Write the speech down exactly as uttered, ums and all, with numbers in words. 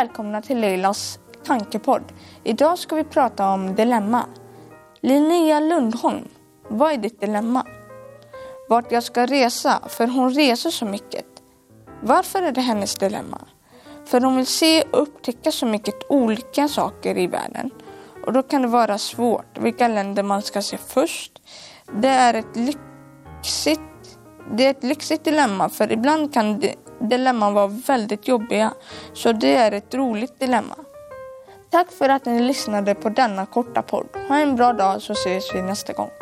välkomna till Leilas tankepodd. Idag ska vi prata om dilemma. Linnea Lundholm, vad är ditt dilemma? Vart jag ska resa, för hon reser så mycket. Varför är det hennes dilemma? För hon vill se och upptäcka så mycket olika saker i världen. Och då kan det vara svårt vilka länder man ska se först. Det är ett lyxigt, det är ett lyxigt dilemma, för ibland kan det, dilemman vara väldigt jobbiga. Så det är ett roligt dilemma. Tack för att ni lyssnade på denna korta podd. Ha en bra dag, så ses vi nästa gång.